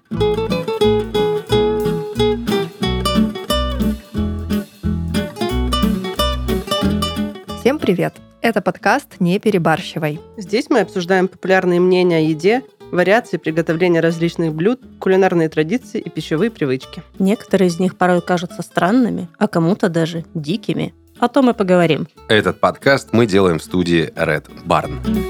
Всем привет! Это подкаст «Не перебарщивай». Здесь мы обсуждаем популярные мнения о еде, вариации приготовления различных блюд, кулинарные традиции и пищевые привычки. Некоторые из них порой кажутся странными, а кому-то даже дикими. О том и поговорим. Этот подкаст мы делаем в студии Red Barn.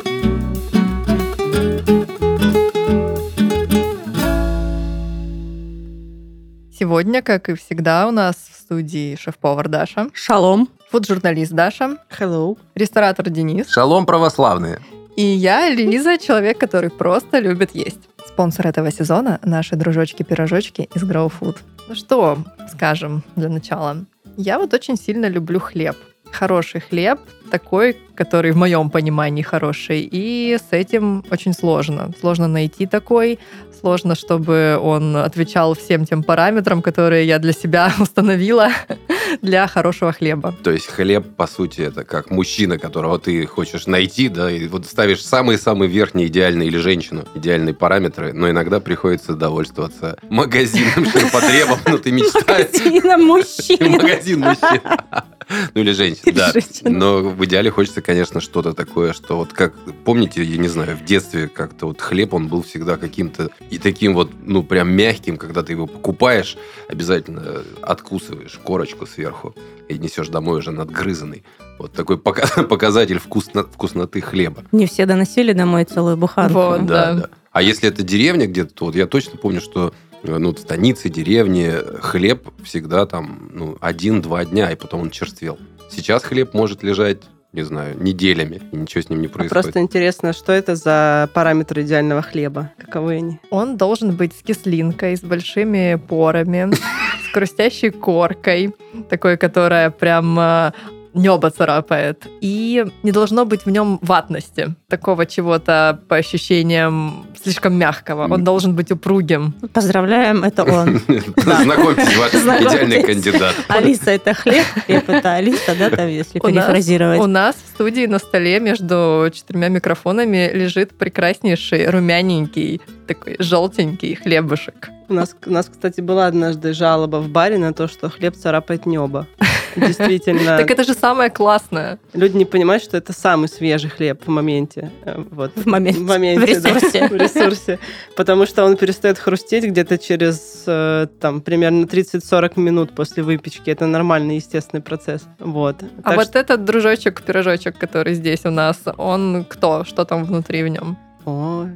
Сегодня, как и всегда, у нас в студии шеф-повар Даша, Шалом. фуд-журналист Даша, Hello. ресторатор Денис Шалом, православные! и я, Лиза, человек, который просто любит есть. Спонсор этого сезона — наши дружочки-пирожочки из Grow Food. Ну что скажем для начала? Я вот очень сильно люблю хлеб. Хороший хлеб, такой, который в моем понимании хороший, и с этим очень сложно. Сложно найти такой, сложно, чтобы он отвечал всем тем параметрам, которые я для себя установила для хорошего хлеба. То есть хлеб, по сути, это как мужчина, которого ты хочешь найти, да, и вот ставишь самые-самые верхние идеальные, или женщину, идеальные параметры, но иногда приходится довольствоваться магазинным ширпотребом, но ты мечтаешь... Магазином мужчин. Магазин мужчин. Ну или женщин, да. Но в идеале хочется, конечно, что-то такое, что вот как, помните, я не знаю, в детстве как-то вот хлеб, он был всегда каким-то и таким вот, ну, прям мягким, когда ты его покупаешь, обязательно откусываешь корочку сверху и несешь домой уже надгрызанный. Вот такой показатель вкусноты хлеба. Не все доносили домой целую буханку. Вот, да. А если это деревня где-то, то вот я точно помню, что в станице, деревне хлеб всегда там 1-2 дня, и потом он черствел. Сейчас хлеб может лежать, не знаю, неделями, и ничего с ним не происходит. Просто интересно, что это за параметры идеального хлеба? Каковы они? Он должен быть с кислинкой, с большими порами, с хрустящей коркой, такой, которая прям небо царапает. И не должно быть в нем ватности, такого чего-то по ощущениям слишком мягкого. Он должен быть упругим. Поздравляем, это он. Знакомьтесь, ваш идеальный кандидат. Алиса — это хлеб, это Алиса, да, там, если перефразировать. У нас в студии на столе между 4 микрофонами лежит прекраснейший, румяненький, такой желтенький хлебушек. У нас, кстати, была однажды жалоба в баре на то, что хлеб царапает небо. Действительно. Так это же самое классное. Люди не понимают, что это самый свежий хлеб в моменте. Вот. В моменте. В ресурсе. Да, в ресурсе. Потому что он перестает хрустеть где-то через примерно 30-40 минут после выпечки. Это нормальный, естественный процесс. Вот. А вот этот дружочек-пирожочек, который здесь у нас, он кто? Что там внутри в нем? Ой.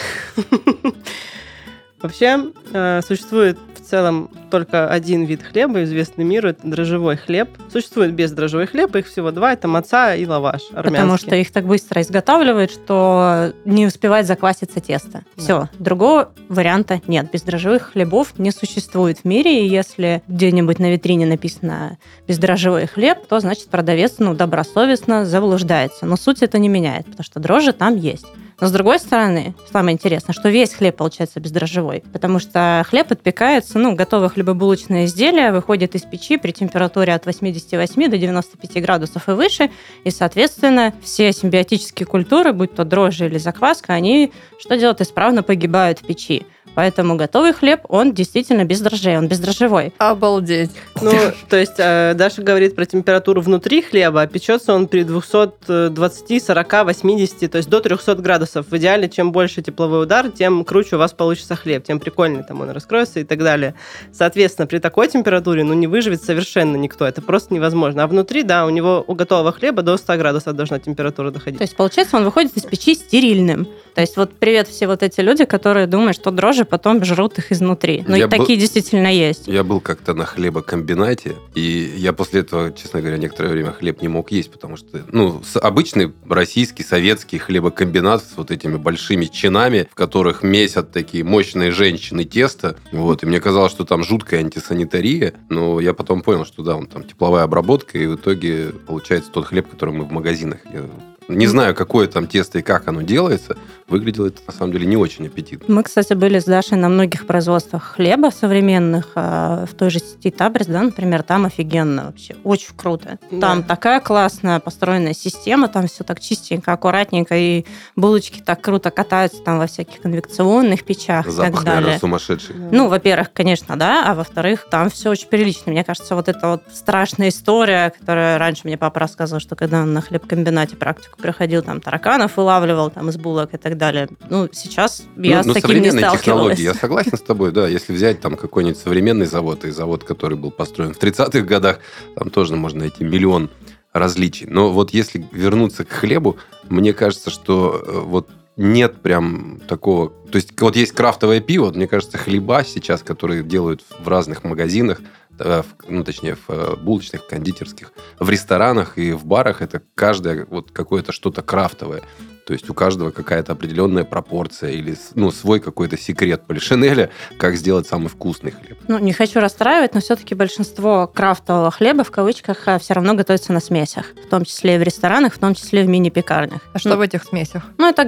Вообще, существует в целом только один вид хлеба, известный миру, это дрожжевой хлеб. Существует бездрожжевой хлеб, их всего 2, это маца и лаваш армянский. Потому что их так быстро изготавливают, что не успевает закваситься тесто. Да. Все, другого варианта нет. Бездрожжевых хлебов не существует в мире, и если где-нибудь на витрине написано «бездрожжевой хлеб», то, значит, продавец, добросовестно заблуждается. Но суть это не меняет, потому что дрожжи там есть. Но, с другой стороны, самое интересное, что весь хлеб получается бездрожжевой, потому что хлеб отпекается, готовое хлебобулочное изделие выходит из печи при температуре от 88 до 95 градусов и выше, и, соответственно, все симбиотические культуры, будь то дрожжи или закваска, они что делают? Исправно погибают в печи. Поэтому готовый хлебд, он действительно без дрожжей, он бездрожжевой. Обалдеть. То есть Даша говорит про температуру внутри хлеба, а печется он при 220, 40, 80, то есть до 300 градусов. В идеале, чем больше тепловой удар, тем круче у вас получится хлеб, тем прикольнее там он раскроется и так далее. Соответственно, при такой температуре, не выживет совершенно никто, это просто невозможно. А внутри, да, у готового хлеба до 100 градусов должна температура доходить. То есть, получается, он выходит из печи стерильным. То есть, привет все эти люди, которые думают, что дрожжи потом жрут их изнутри. Такие действительно есть. Я был как-то на хлебокомбинате, и я после этого, честно говоря, некоторое время хлеб не мог есть, потому что, обычный российский, советский хлебокомбинат с вот этими большими чинами, в которых месят такие мощные женщины тесто, и мне казалось, что там жуткая антисанитария, но я потом понял, что да, он там тепловая обработка, и в итоге получается тот хлеб, который мы в магазинах Не знаю, какое там тесто и как оно делается. Выглядело это, на самом деле, не очень аппетитно. Мы, кстати, были с Дашей на многих производствах хлеба современных. В той же сети Табрис, да, например, там офигенно вообще. Очень круто. Там такая классная построенная система, там все так чистенько, аккуратненько, и булочки так круто катаются там во всяких конвекционных печах и Запах, так далее. наверное, сумасшедший. Ну, во-первых, конечно, да, а во-вторых, там все очень прилично. Мне кажется, вот эта вот страшная история, которая раньше мне папа рассказывал, что когда он на хлебкомбинате практику проходил, там тараканов вылавливал там из булок и так далее. Ну, сейчас я с таким не сталкивалась. Технологии, я согласен с тобой, да. Если взять там какой-нибудь современный завод и завод, который был построен в 30-х годах, там тоже можно найти миллион различий. Но вот если вернуться к хлебу, мне кажется, что вот нет прям такого... То есть вот есть крафтовое пиво, вот, мне кажется, хлеба сейчас, которые делают в разных магазинах, ну, точнее, в булочных, кондитерских, в ресторанах и в барах, это каждое вот какое-то что-то крафтовое. То есть у каждого какая-то определенная пропорция или, ну, свой какой-то секрет полишинеля, как сделать самый вкусный хлеб. Ну, не хочу расстраивать, но все-таки большинство крафтового хлеба, в кавычках, все равно готовится на смесях. В том числе и в ресторанах, в том числе и в мини-пекарнях. А что в этих смесях? Ну, это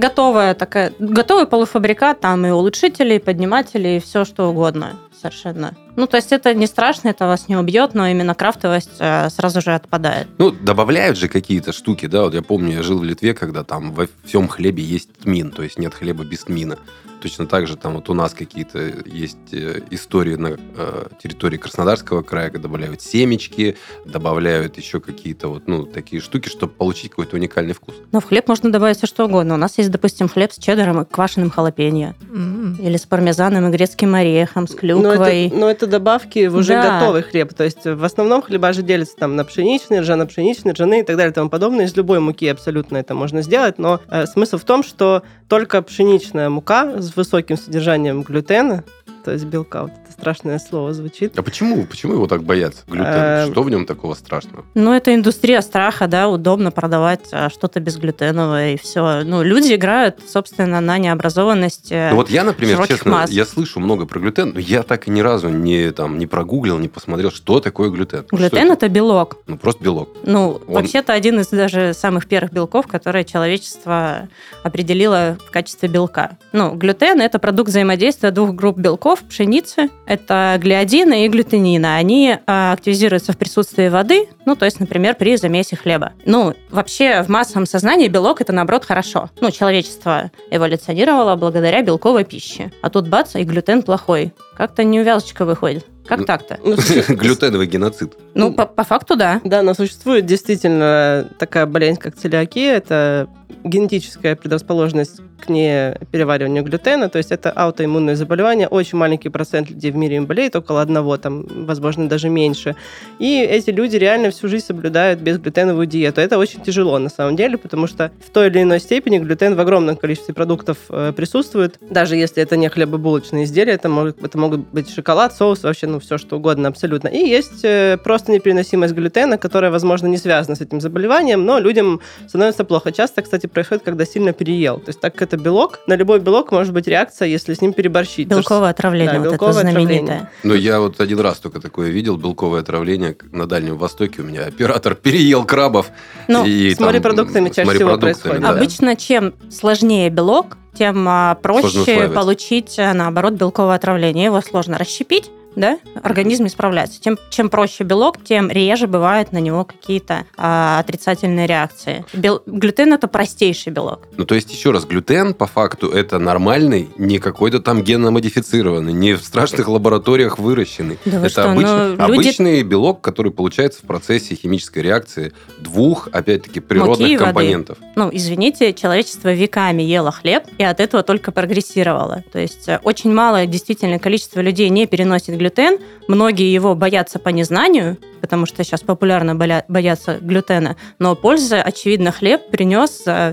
готовый полуфабрикат, там и улучшители, и подниматели, и все что угодно совершенно. Ну, то есть это не страшно, это вас не убьет, но именно крафтовость сразу же отпадает. Ну, добавляют же какие-то штуки, да, вот я помню, я жил в Литве, когда там во всем хлебе есть тмин, то есть нет хлеба без тмина. Точно так же там вот у нас какие-то есть истории на территории Краснодарского края, когда добавляют семечки, добавляют еще какие-то вот, ну, такие штуки, чтобы получить какой-то уникальный вкус. Но в хлеб можно добавить все что угодно. У нас есть, допустим, хлеб с чеддером и квашеным халапеньо. Или с пармезаном и грецким орехом, с клюквой. Но это добавки в уже готовый хлеб. То есть в основном хлеба же делятся там на пшеничный, ржано-пшеничный, ржаные и так далее и тому подобное. Из любой муки абсолютно это можно сделать. Но смысл в том, что только пшеничная мука с высоким содержанием глютена, то есть белка, вот это страшное слово звучит. А почему? Почему его так боятся, глютен? Что в нем такого страшного? Ну, это индустрия страха, да, удобно продавать что-то безглютеновое, и все. Ну, люди играют, собственно, на необразованность ну, вот я, например, честно, масс. Я слышу много про глютен, но я так и ни разу не прогуглил, не посмотрел, что такое глютен. Глютен – это белок. Ну, просто белок. Ну, вообще-то один из даже самых первых белков, которые человечество определило в качестве белка. Ну, глютен – это продукт взаимодействия двух групп белков, пшеницы, это глиадина и глютенина. Они активизируются в присутствии воды, ну, то есть, например, при замесе хлеба. Ну, вообще в массовом сознании белок – это, наоборот, хорошо. Ну, человечество эволюционировало благодаря белковой пище. А тут бац, и глютен плохой. Как-то неувязочка выходит. Как так-то? Глютеновый геноцид. Ну, по факту, да. Да, но существует действительно такая болезнь, как целиакия. Это генетическая предрасположенность к неперевариванию глютена, то есть это аутоиммунное заболевание. Очень маленький процент людей в мире им болеет, около 1, там, возможно, даже меньше. И эти люди реально всю жизнь соблюдают безглютеновую диету. Это очень тяжело, на самом деле, потому что в той или иной степени глютен в огромном количестве продуктов присутствует. Даже если это не хлебобулочные изделия, это могут быть шоколад, соус, вообще, ну, все что угодно абсолютно. И есть просто непереносимость глютена, которая, возможно, не связана с этим заболеванием, но людям становится плохо. Часто, кстати, происходит, когда сильно переел. То есть так как это белок, на любой белок может быть реакция, если с ним переборщить. Белковое отравление, да, вот белковое это знаменитое. Ну, я вот один раз только такое видел, белковое отравление на Дальнем Востоке. У меня оператор переел крабов. Ну, с морепродуктами чаще всего происходит. Да. Обычно, чем сложнее белок, тем проще получить, наоборот, белковое отравление. Его сложно расщепить, да, организм не справляется. Чем проще белок, тем реже бывают на него какие-то отрицательные реакции. Глютен – это простейший белок. Ну, то есть, еще раз, глютен, по факту, это нормальный, не какой-то там генно-модифицированный, не в страшных лабораториях выращенный. Да это обычный белок, который получается в процессе химической реакции двух, опять-таки, природных компонентов. Ну, извините, человечество веками ело хлеб, и от этого только прогрессировало. То есть, очень малое действительно количество людей не переносит глютен. Многие его боятся по незнанию, потому что сейчас популярно бояться глютена. Но пользы, очевидно, хлеб принес за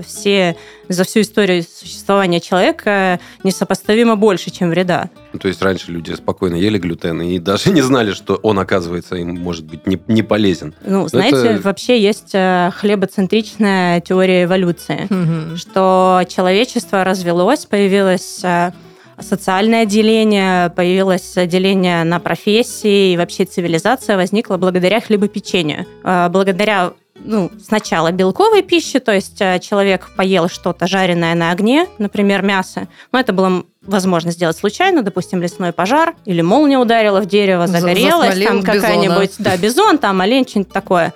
всю историю существования человека несопоставимо больше, чем вреда. Ну, то есть раньше люди спокойно ели глютен и даже не знали, что он, оказывается, им может быть не полезен. Ну, знаете, вообще есть хлебоцентричная теория эволюции, что человечество развелось, появилось социальное деление, появилось деление на профессии, и вообще цивилизация возникла благодаря хлебопечению. Благодаря сначала белковой пищи, то есть человек поел что-то жареное на огне, например, мясо, но это было возможно сделать случайно, допустим, лесной пожар, или молния ударила в дерево, загорелась, там какая-нибудь, бизон, там олень, что-нибудь такое.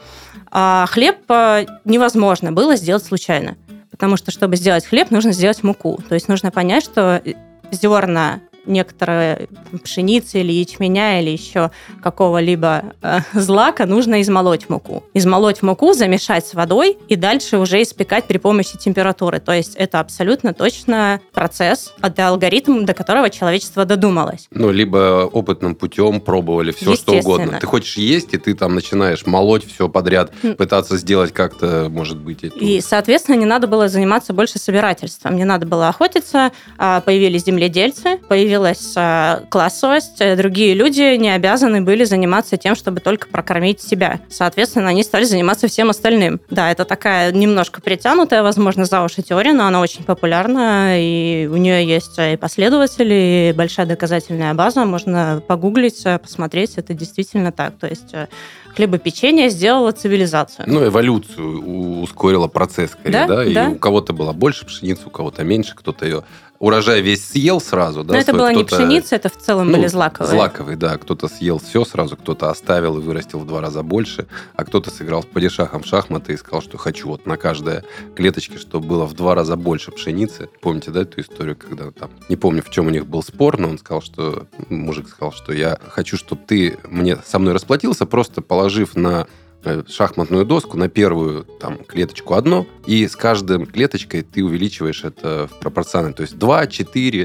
А хлеб невозможно было сделать случайно, потому что, чтобы сделать хлеб, нужно сделать муку. То есть нужно понять, что зерна некоторые пшеницы или ячменя или еще какого-либо злака нужно измолоть в муку. Измолоть в муку, замешать с водой и дальше уже испекать при помощи температуры. То есть это абсолютно точно процесс, это алгоритм, до которого человечество додумалось. Либо опытным путем пробовали все, что угодно. Ты хочешь есть, и ты там начинаешь молоть все подряд, пытаться сделать как-то, может быть... И, соответственно, не надо было заниматься больше собирательством. Не надо было охотиться, появились земледельцы, появилась классовость, другие люди не обязаны были заниматься тем, чтобы только прокормить себя. Соответственно, они стали заниматься всем остальным. Да, это такая немножко притянутая, возможно, за уши теория, но она очень популярна, и у нее есть и последователи, и большая доказательная база, можно погуглить, посмотреть, это действительно так. То есть хлебопечение сделало цивилизацию. Эволюцию ускорило процесс, скорее, да? И у кого-то было больше пшеницы, у кого-то меньше, кто-то ее урожай весь съел сразу. Но это была не пшеница, это в целом были злаковые. Злаковые, да. Кто-то съел все сразу, кто-то оставил и вырастил в 2 раза больше, а кто-то сыграл с падишахом в шахматы и сказал, что хочу вот на каждой клеточке, чтобы было в 2 раза больше пшеницы. Помните, да, эту историю, когда там, не помню, в чем у них был спор, но он сказал, что, мужик сказал, что я хочу, чтобы ты со мной расплатился, просто положив на шахматную доску на первую там клеточку одно, и с каждой клеточкой ты увеличиваешь это в пропорционально. То есть 2, 4,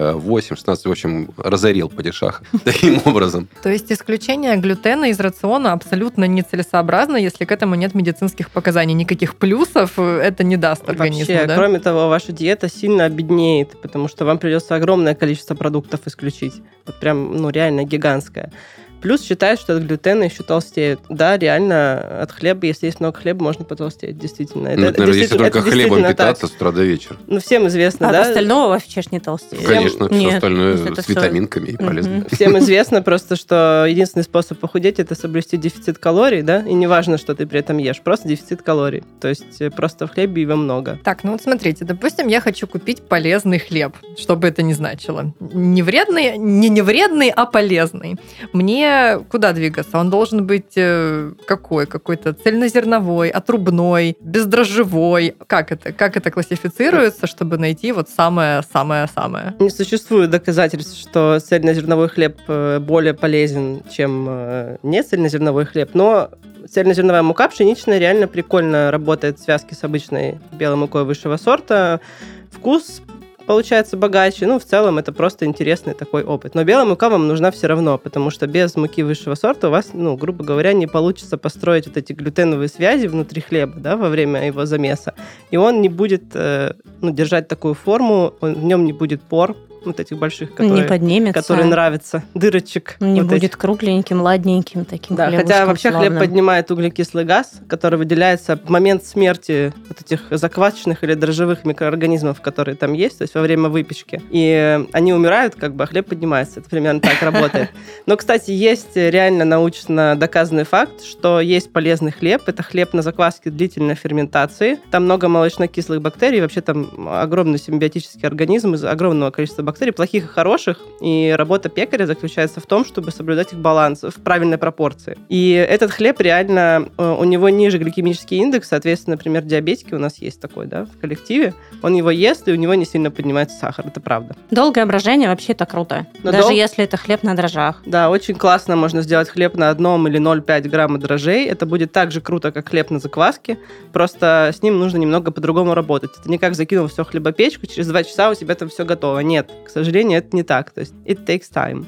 8, 16, в общем, разорил падишаха таким образом. То есть исключение глютена из рациона абсолютно нецелесообразно, если к этому нет медицинских показаний. Никаких плюсов это не даст организму. Вообще, кроме того, ваша диета сильно обеднеет, потому что вам придется огромное количество продуктов исключить. Вот прям, реально гигантское. Плюс считают, что от глютена еще толстеют. Да, реально, от хлеба, если есть много хлеба, можно потолстеть, действительно. Если только хлебом питаться с утра до вечера. Всем известно, да? От остального вообще не толстеет. Конечно, все остальное с витаминками и полезно. Всем известно просто, что единственный способ похудеть – это соблюсти дефицит калорий, да? И не важно, что ты при этом ешь, просто дефицит калорий. То есть просто в хлебе его много. Так, смотрите, допустим, я хочу купить полезный хлеб, что бы это ни значило. Не вредный, а полезный. Мне куда двигаться? Он должен быть какой? Какой-то цельнозерновой, отрубной, бездрожжевой. Как это классифицируется, чтобы найти вот самое-самое-самое? Не существует доказательств, что цельнозерновой хлеб более полезен, чем не цельнозерновой хлеб, но цельнозерновая мука пшеничная реально прикольно работает в связке с обычной белой мукой высшего сорта. Вкус получается богаче. В целом, это просто интересный такой опыт. Но белая мука вам нужна все равно, потому что без муки высшего сорта у вас, грубо говоря, не получится построить вот эти глютеновые связи внутри хлеба, да, во время его замеса. И он не будет держать такую форму, в нем не будет пор, вот этих больших, которые нравятся, дырочек. Не будет этих. Кругленьким, ладненьким таким хлебушком. Хотя вообще славным. Хлеб поднимает углекислый газ, который выделяется в момент смерти вот этих заквасочных или дрожжевых микроорганизмов, которые там есть, то есть во время выпечки. И они умирают, а хлеб поднимается. Это примерно так работает. Но, кстати, есть реально научно доказанный факт, что есть полезный хлеб. Это хлеб на закваске длительной ферментации. Там много молочнокислых бактерий. Вообще там огромный симбиотический организм из огромного количества бактерий, плохих и хороших, и работа пекаря заключается в том, чтобы соблюдать их баланс в правильной пропорции. И этот хлеб реально, у него ниже гликемический индекс, соответственно, например, диабетики у нас есть такой, да, в коллективе, он его ест, и у него не сильно поднимается сахар, это правда. Долгое брожение вообще это круто, даже если это хлеб на дрожжах. Да, очень классно можно сделать хлеб на 1 или 0,5 грамма дрожжей, это будет так же круто, как хлеб на закваске, просто с ним нужно немного по-другому работать. Это не как закинул все в хлебопечку, через 2 часа у тебя там все готово. Нет, к сожалению, это не так. То есть it takes time.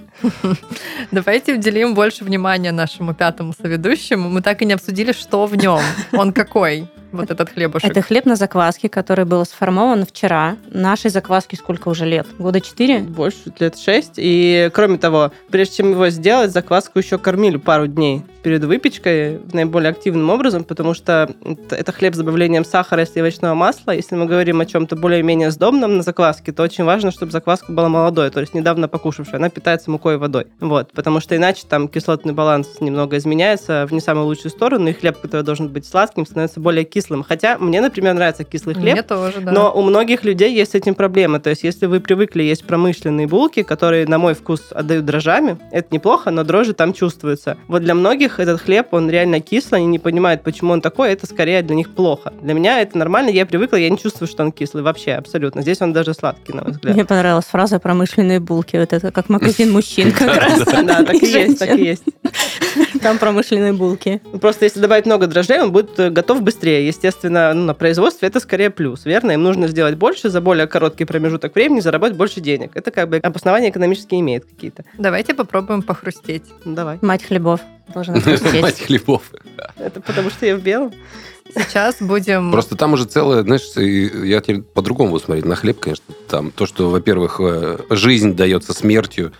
Давайте уделим больше внимания нашему 5-му соведущему. Мы так и не обсудили, что в нем. Он какой? вот этот хлебушек? Это хлеб на закваске, который был сформован вчера. Нашей закваске сколько уже лет? Года 4? Больше, лет 6. И, кроме того, прежде чем его сделать, закваску еще кормили пару дней перед выпечкой наиболее активным образом, потому что это хлеб с добавлением сахара и сливочного масла. Если мы говорим о чем-то более-менее сдобном на закваске, то очень важно, чтобы закваска была молодой, то есть недавно покушавшей. Она питается мукой и водой. Вот, потому что иначе там кислотный баланс немного изменяется в не самую лучшую сторону, и хлеб, который должен быть сладким, становится более кислым. Хотя мне, например, нравится кислый хлеб. Мне тоже, да. Но у многих людей есть с этим проблемы. То есть если вы привыкли есть промышленные булки, которые, на мой вкус, отдают дрожжами, это неплохо, но дрожжи там чувствуются. Вот для многих этот хлеб, он реально кислый, они не понимают, почему он такой, это скорее для них плохо. Для меня это нормально, я привыкла, я не чувствую, что он кислый вообще, абсолютно. Здесь он даже сладкий, на мой взгляд. Мне понравилась фраза «промышленные булки». Вот это как магазин мужчин как раз. Да, так и есть, так и есть. Там промышленные булки. Просто если добавить много дрожжей, он будет готов быстрее. Естественно, на производстве это скорее плюс, верно? Им нужно сделать больше за более короткий промежуток времени, заработать больше денег. Это как бы обоснования экономические имеет какие-то. Давайте попробуем похрустеть. Давай. Мать хлебов должна хрустеть. Мать хлебов. Это потому что я в белом? Сейчас будем... Просто там уже целое, знаешь, я теперь по-другому буду смотреть на хлеб, конечно. Там то, что, во-первых, жизнь дается смертью.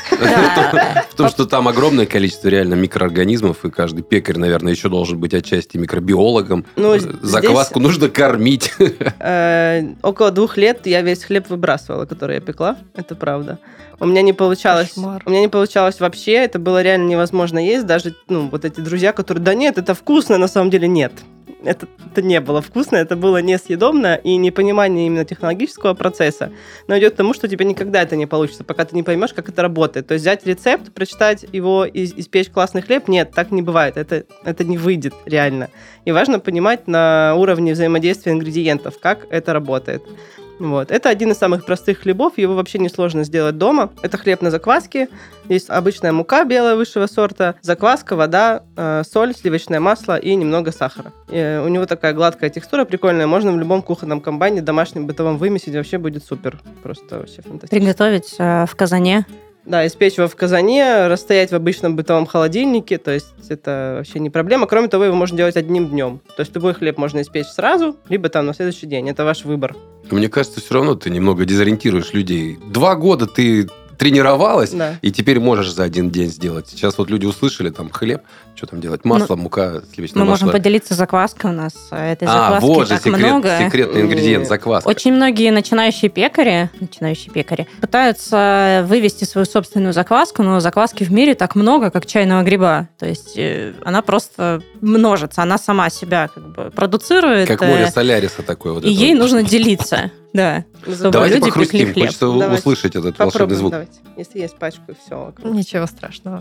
В том, что там огромное количество реально микроорганизмов, и каждый пекарь, наверное, еще должен быть отчасти микробиологом. Закваску нужно кормить. Около 2 лет я весь хлеб выбрасывала, который я пекла. Это правда. У меня не получалось. Кошмар. У меня не получалось вообще. Это было реально невозможно есть. Даже вот эти друзья, которые, да нет, это вкусно, на самом деле нет. Это не было вкусно, это было несъедобно, и непонимание именно технологического процесса, но идет к тому, что у тебя никогда это не получится, пока ты не поймешь, как это работает. То есть взять рецепт, прочитать его и испечь классный хлеб, нет, так не бывает, это не выйдет реально. И важно понимать на уровне взаимодействия ингредиентов, как это работает. Вот. Это один из самых простых хлебов, его вообще несложно сделать дома. Это хлеб на закваске, есть обычная мука белая высшего сорта, закваска, вода, соль, сливочное масло и немного сахара. И у него такая гладкая текстура прикольная, можно в любом кухонном комбайне, домашнем, бытовом вымесить, вообще будет супер. Просто вообще фантастично. Приготовить в казане. Да, испечь его в казане, расстоять в обычном бытовом холодильнике, то есть это вообще не проблема. Кроме того, его можно делать одним днем. То есть любой хлеб можно испечь сразу, либо там на следующий день. Это ваш выбор. Мне кажется, все равно ты немного дезориентируешь людей. 2 года ты тренировалась, Да. и теперь можешь за один день сделать. Сейчас вот люди услышали, там хлеб, что там делать? Масло, мука, сливочное Мы масло. можем поделиться закваской у нас. Этой закваски вот же так много. секретный ингредиент, закваска. Очень многие начинающие пекари пытаются вывести свою собственную закваску, но закваски в мире так много, как чайного гриба. То есть она просто множится, она сама себя как бы продуцирует. Как море Соляриса такое. Вот и это ей вот. нужно делиться. Да. Чтобы Давайте люди пекли похрустим, хлеб. хочется Давайте. услышать этот волшебный Попробуем, звук. давайте. Если есть пачку, и все. Ничего страшного.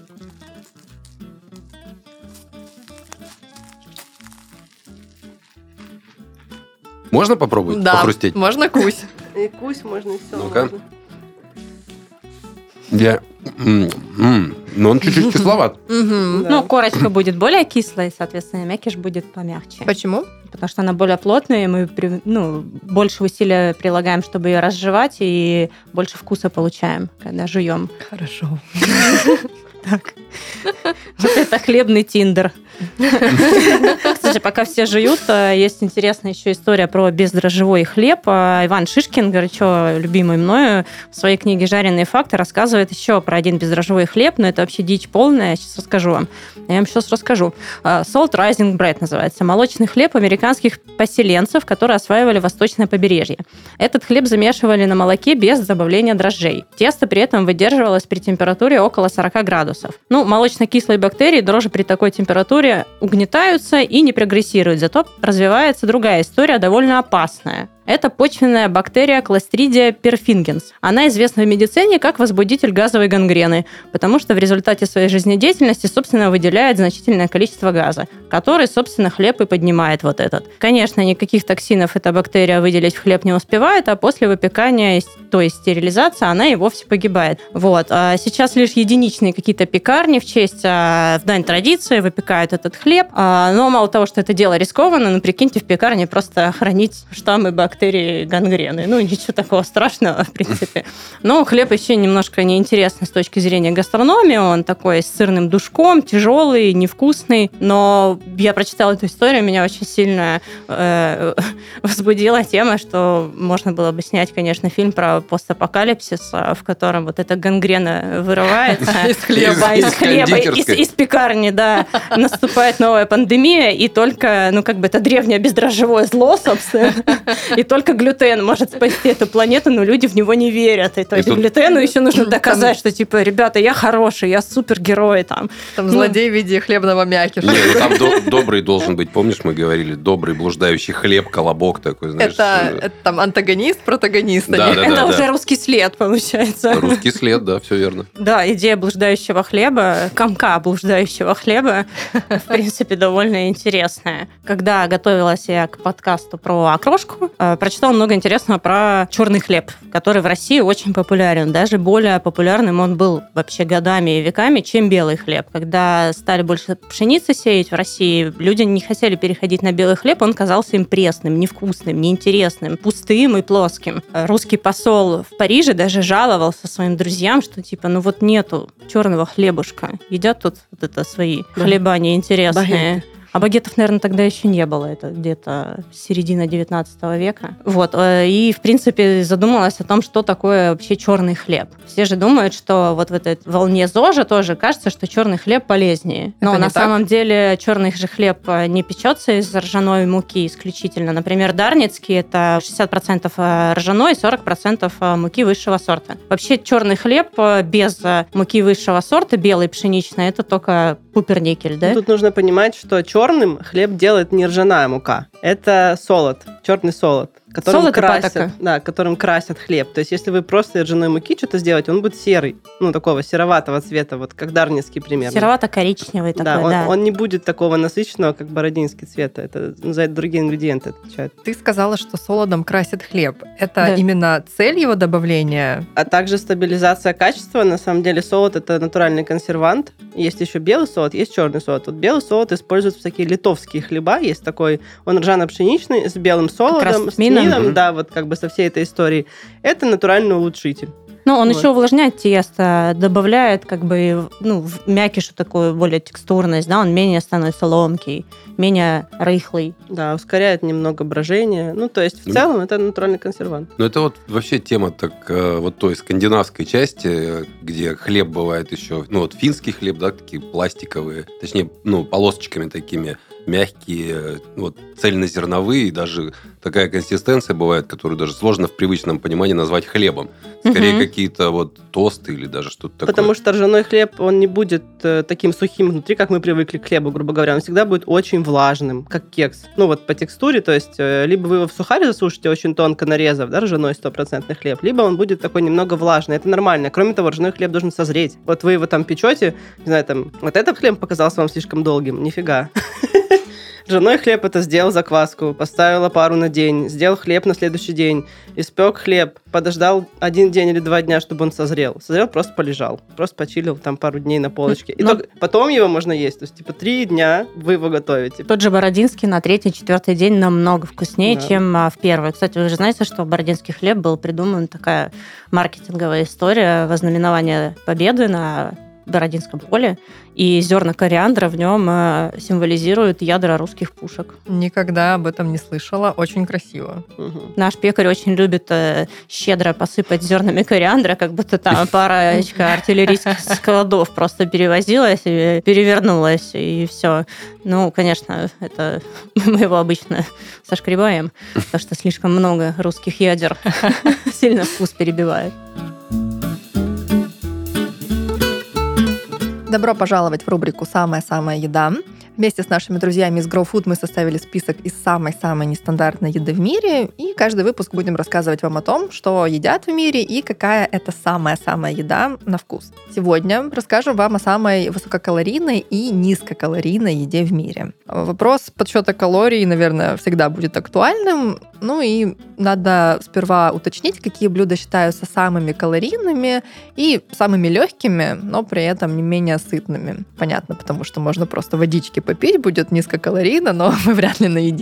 Можно попробовать Да, похрустеть? можно кусь. И кусь можно, и все. Ну-ка. Но он чуть-чуть кисловат. Мгм. Да. Ну, корочка будет более кислой, соответственно, мякиш будет помягче. Почему? Потому что она более плотная, и мы больше усилия прилагаем, чтобы ее разжевать, и больше вкуса получаем, когда жуем. Хорошо. Так. Вот это хлебный тиндер. Кстати, пока все жуют, есть интересная еще история про бездрожжевой хлеб. Иван Шишкин, горячо любимый мною, в своей книге «Жареные факты» рассказывает еще про один бездрожжевой хлеб, но это вообще дичь полная, сейчас расскажу вам. Я вам сейчас расскажу. Salt Rising Bread называется. Молочный хлеб американских поселенцев, которые осваивали восточное побережье. Этот хлеб замешивали на молоке без добавления дрожжей. Тесто при этом выдерживалось при температуре около 40 градусов. Ну, молочно-кислые бактерии дрожжи при такой температуре угнетаются и не прогрессируют. Зато развивается другая история, довольно опасная. Это почвенная бактерия Clostridia perfringens. Она известна в медицине как возбудитель газовой гангрены, потому что в результате своей жизнедеятельности, собственно, выделяет значительное количество газа, который, собственно, хлеб и поднимает вот этот. Конечно, никаких токсинов эта бактерия выделить в хлеб не успевает, а после выпекания, то есть стерилизации, она и вовсе погибает. Вот. А сейчас лишь единичные какие-то пекарни в честь, в дань традиции выпекают этот хлеб. Но мало того, что это дело рискованно, но прикиньте, в пекарне просто хранить штаммы бактерий артерии гангрены. Ну, ничего такого страшного, в принципе. Но хлеб еще немножко неинтересный с точки зрения гастрономии. Он такой с сырным душком, тяжелый, невкусный. Но я прочитала эту историю, меня очень сильно возбудила тема, что можно было бы снять, конечно, фильм про постапокалипсис, в котором вот эта гангрена вырывается из хлеба, из пекарни, да. Наступает новая пандемия, и только, ну, как бы это древнее бездрожжевое зло, собственно, и только глютен может спасти эту планету, но люди в него не верят. И то есть глютену еще нужно доказать, что, типа, ребята, я хороший, я супергерой. Там злодей в виде хлебного мякиша. Нет, там добрый должен быть, помнишь, мы говорили, добрый блуждающий хлеб, колобок такой, знаешь. Это там антагонист, протагонист. Это уже русский след, получается. Русский след, да, все верно. Да, идея блуждающего хлеба, комка блуждающего хлеба, в принципе, довольно интересная. Когда готовилась я к подкасту про окрошку, прочитала много интересного про черный хлеб, который в России очень популярен. Даже более популярным он был вообще годами и веками, чем белый хлеб. Когда стали больше пшеницы сеять в России, люди не хотели переходить на белый хлеб, он казался им пресным, невкусным, неинтересным, пустым и плоским. Русский посол в Париже даже жаловался своим друзьям, что типа, ну вот нету черного хлебушка. Едят тут вот это свои хлеба неинтересные. А багетов, наверное, тогда еще не было. Это где-то середина 19 века. Вот. И, в принципе, задумалась о том, что такое вообще черный хлеб. Все же думают, что вот в этой волне ЗОЖа тоже кажется, что черный хлеб полезнее. Но на самом деле черный же хлеб не печется из ржаной муки исключительно. Например, дарницкий – это 60% ржаной и 40% муки высшего сорта. Вообще черный хлеб без муки высшего сорта, белый, пшеничный, это только пуперникель, да? Тут нужно понимать, что черным хлеб делает не ржаная мука. Это солод, черный солод. Которым красят хлеб. То есть, если вы просто из ржаной муки что-то сделаете, он будет серый. Ну, такого сероватого цвета, вот как дарницкий примерно. Серовато-коричневый такой, да. Он не будет такого насыщенного, как бородинский цвет. Это за другие ингредиенты отвечает. Ты сказала, что солодом красят хлеб. Это именно цель его добавления? А также стабилизация качества. На самом деле, солод – это натуральный консервант. Есть еще белый солод, есть черный солод. Вот белый солод используют в такие литовские хлеба. Есть такой, он ржано-пшеничный, с белым солодом, с тмином, да, вот как бы со всей этой историей. Это натуральный улучшитель. Ну, он еще увлажняет тесто, добавляет как бы, в мякишу такую более текстурность, да, он менее становится ломкий, менее рыхлый. Да, ускоряет немного брожение. Ну, то есть, в целом, это натуральный консервант. Ну, это вот вообще тема вот той скандинавской части, где хлеб бывает еще, вот финский хлеб, да, такие пластиковые, точнее, полосочками такими, мягкие, вот цельнозерновые, даже такая консистенция бывает, которую даже сложно в привычном понимании назвать хлебом. Скорее какие-то вот тосты или даже что-то такое. Потому что ржаной хлеб, он не будет таким сухим внутри, как мы привыкли к хлебу, грубо говоря. Он всегда будет очень влажным, как кекс. Ну вот по текстуре, то есть либо вы его в сухаре засушите, очень тонко нарезав, да, ржаной 100% хлеб, либо он будет такой немного влажный. Это нормально. Кроме того, ржаной хлеб должен созреть. Вот вы его там печете, не знаю, там, вот этот хлеб показался вам слишком долгим. Нифига. Ржаной хлеб это сделал закваску, поставил опару на день, сделал хлеб на следующий день, испек хлеб, подождал 1 день или 2 дня, чтобы он созрел. Созрел, просто полежал, просто почилил там пару дней на полочке. И потом его можно есть. То есть, типа, 3 дня вы его готовите. Тот же бородинский на 3-4 день намного вкуснее, чем в первый. Кстати, вы же знаете, что бородинский хлеб был придуман такая маркетинговая история вознаменования победы на Бородинском поле, и зерна кориандра в нем символизируют ядра русских пушек. Никогда об этом не слышала. Очень красиво. Наш пекарь очень любит щедро посыпать зернами кориандра, как будто там парочка артиллерийских складов просто перевозилась и перевернулась, и все. Ну, конечно, это мы его обычно сошкребаем, потому что слишком много русских ядер сильно вкус перебивает. Добро пожаловать в рубрику «Самая-самая еда». Вместе с нашими друзьями из Grow Food мы составили список из самой-самой нестандартной еды в мире, и каждый выпуск будем рассказывать вам о том, что едят в мире и какая это самая-самая еда на вкус. Сегодня расскажем вам о самой высококалорийной и низкокалорийной еде в мире. Вопрос подсчета калорий, наверное, всегда будет актуальным, и надо сперва уточнить, какие блюда считаются самыми калорийными и самыми легкими, но при этом не менее сытными. Понятно, потому что можно просто водички попить, будет низкокалорийно, но вы вряд ли наедитесь.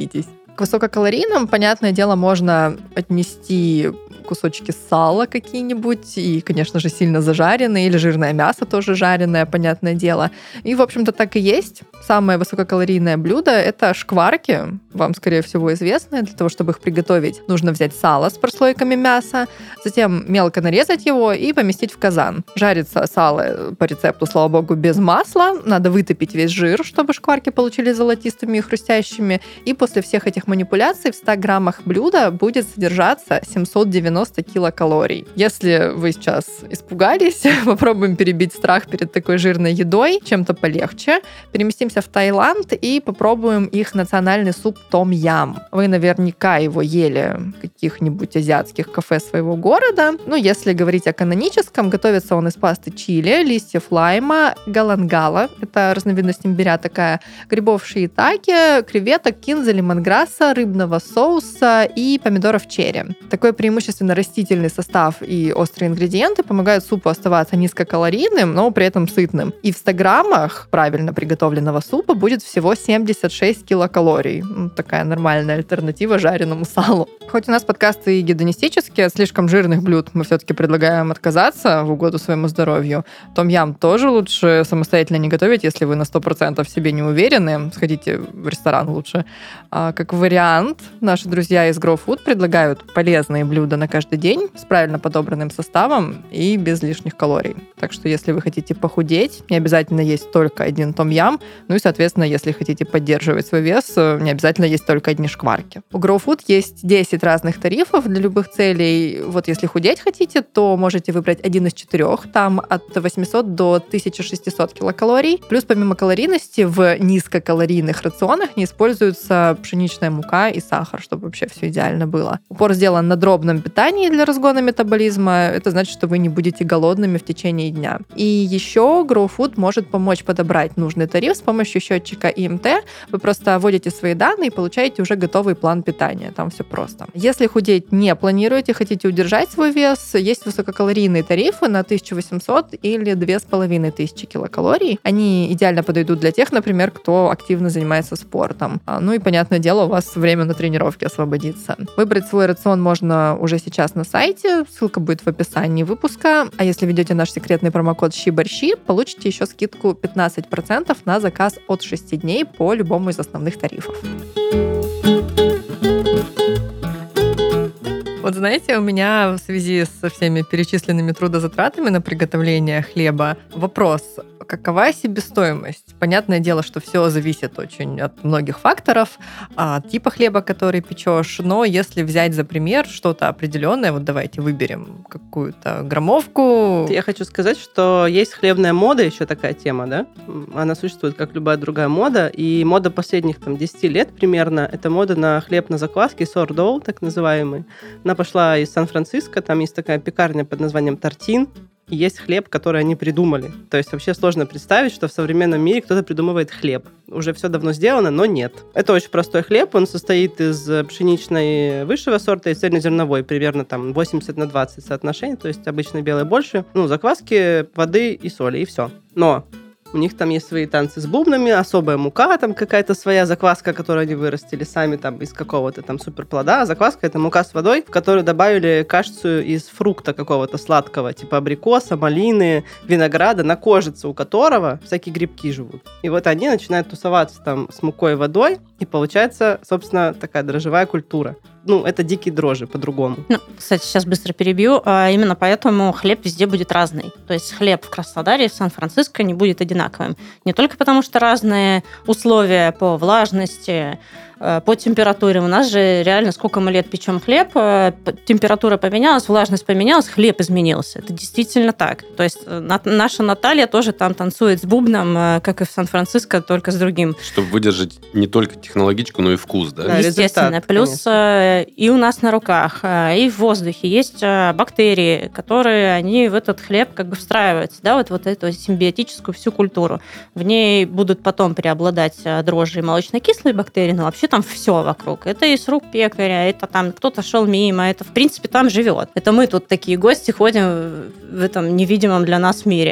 К высококалорийным, понятное дело, можно отнести кусочки сала какие-нибудь и, конечно же, сильно зажаренные, или жирное мясо тоже жареное, понятное дело. И, в общем-то, так и есть. Самое высококалорийное блюдо — это шкварки. Вам, скорее всего, известно. Для того, чтобы их приготовить, нужно взять сало с прослойками мяса, затем мелко нарезать его и поместить в казан. Жарится сало по рецепту, слава богу, без масла. Надо вытопить весь жир, чтобы шкварки получились золотистыми и хрустящими. И после всех этих манипуляций в 100 граммах блюда будет содержаться 790 килокалорий. Если вы сейчас испугались, попробуем перебить страх перед такой жирной едой чем-то полегче. Переместимся в Таиланд и попробуем их национальный суп том-ям. Вы наверняка его ели в каких-нибудь азиатских кафе своего города. Ну, если говорить о каноническом, готовится он из пасты чили, листьев лайма, галангала, это разновидность имбиря такая, грибов шиитаке, креветок, кинза, лемонграсса, рыбного соуса и помидоров черри. Такой преимущественно растительный состав и острые ингредиенты помогают супу оставаться низкокалорийным, но при этом сытным. И в 100 граммах правильно приготовленного супа будет всего 76 килокалорий. Такая нормальная альтернатива жареному салу. Хоть у нас подкасты и гедонистические, от слишком жирных блюд мы все-таки предлагаем отказаться в угоду своему здоровью. Том-ям тоже лучше самостоятельно не готовить, если вы на 100% в себе не уверены. Сходите в ресторан лучше. Как вариант, наши друзья из Grow Food предлагают полезные блюда на каждый день с правильно подобранным составом и без лишних калорий. Так что если вы хотите похудеть, не обязательно есть только один том-ям. Ну и, соответственно, если хотите поддерживать свой вес, не обязательно есть только одни шкварки. У Grow Food есть 10 разных тарифов для любых целей. Вот если худеть хотите, то можете выбрать один из 4. Там от 800 до 1600 килокалорий. Плюс помимо калорийности в низкокалорийных рационах не используется пшеничная мука и сахар, чтобы вообще все идеально было. Упор сделан на дробном питании для разгона метаболизма. Это значит, что вы не будете голодными в течение дня. И еще Grow Food может помочь подобрать нужный тариф с помощью счетчика ИМТ. Вы просто вводите свои данные и получаете уже готовый план питания. Там все просто. Если худеть не планируете, хотите удержать свой вес, есть высококалорийные тарифы на 1800 или 2500 килокалорий. Они идеально подойдут для тех, например, кто активно занимается спортом. Ну и, понятное дело, у вас время на тренировке освободится. Выбрать свой рацион можно уже сейчас на сайте, ссылка будет в описании выпуска. А если введете наш секретный промокод ЩИБОРЩИ, получите еще скидку 15% на заказ от 6 дней по любому из основных тарифов. Вот знаете, у меня в связи со всеми перечисленными трудозатратами на приготовление хлеба вопрос: какова себестоимость? Понятное дело, что все зависит очень от многих факторов, от типа хлеба, который печешь, но если взять за пример что-то определенное, вот давайте выберем какую-то граммовку. Я хочу сказать, что есть хлебная мода, еще такая тема, да? Она существует, как любая другая мода, и мода последних 10 лет примерно, это мода на хлеб на закваске, sourdough, так называемый. Она пошла из Сан-Франциско, там есть такая пекарня под названием Тортин, и есть хлеб, который они придумали. То есть вообще сложно представить, что в современном мире кто-то придумывает хлеб. Уже все давно сделано, но нет. Это очень простой хлеб, он состоит из пшеничной высшего сорта и цельнозерновой, примерно 80/20 соотношение, то есть обычно белое больше, закваски, воды и соли, и все. Но у них там есть свои танцы с бубнами, особая мука, там какая-то своя закваска, которую они вырастили сами из какого-то суперплода. А закваска — это мука с водой, в которую добавили кашицу из фрукта какого-то сладкого, типа абрикоса, малины, винограда, на кожице у которого всякие грибки живут. И вот они начинают тусоваться с мукой и водой, и получается, собственно, такая дрожжевая культура. Это дикие дрожжи, по-другому. Кстати, сейчас быстро перебью. Именно поэтому хлеб везде будет разный. То есть хлеб в Краснодаре и в Сан-Франциско не будет одинаковым. Не только потому, что разные условия по влажности, по температуре. У нас же реально сколько мы лет печем хлеб, температура поменялась, влажность поменялась, хлеб изменился. Это действительно так. То есть наша Наталья тоже там танцует с бубном, как и в Сан-Франциско, только с другим. Чтобы выдержать не только технологичку, но и вкус, да? Естественно. Результат, плюс и у нас на руках, и в воздухе есть бактерии, которые они в этот хлеб встраиваются, да, вот эту симбиотическую всю культуру. В ней будут потом преобладать дрожжи и молочно-кислые бактерии, но вообще там все вокруг. Это из рук пекаря, это там кто-то шел мимо, это, в принципе, там живет. Это мы тут такие гости ходим в этом невидимом для нас мире.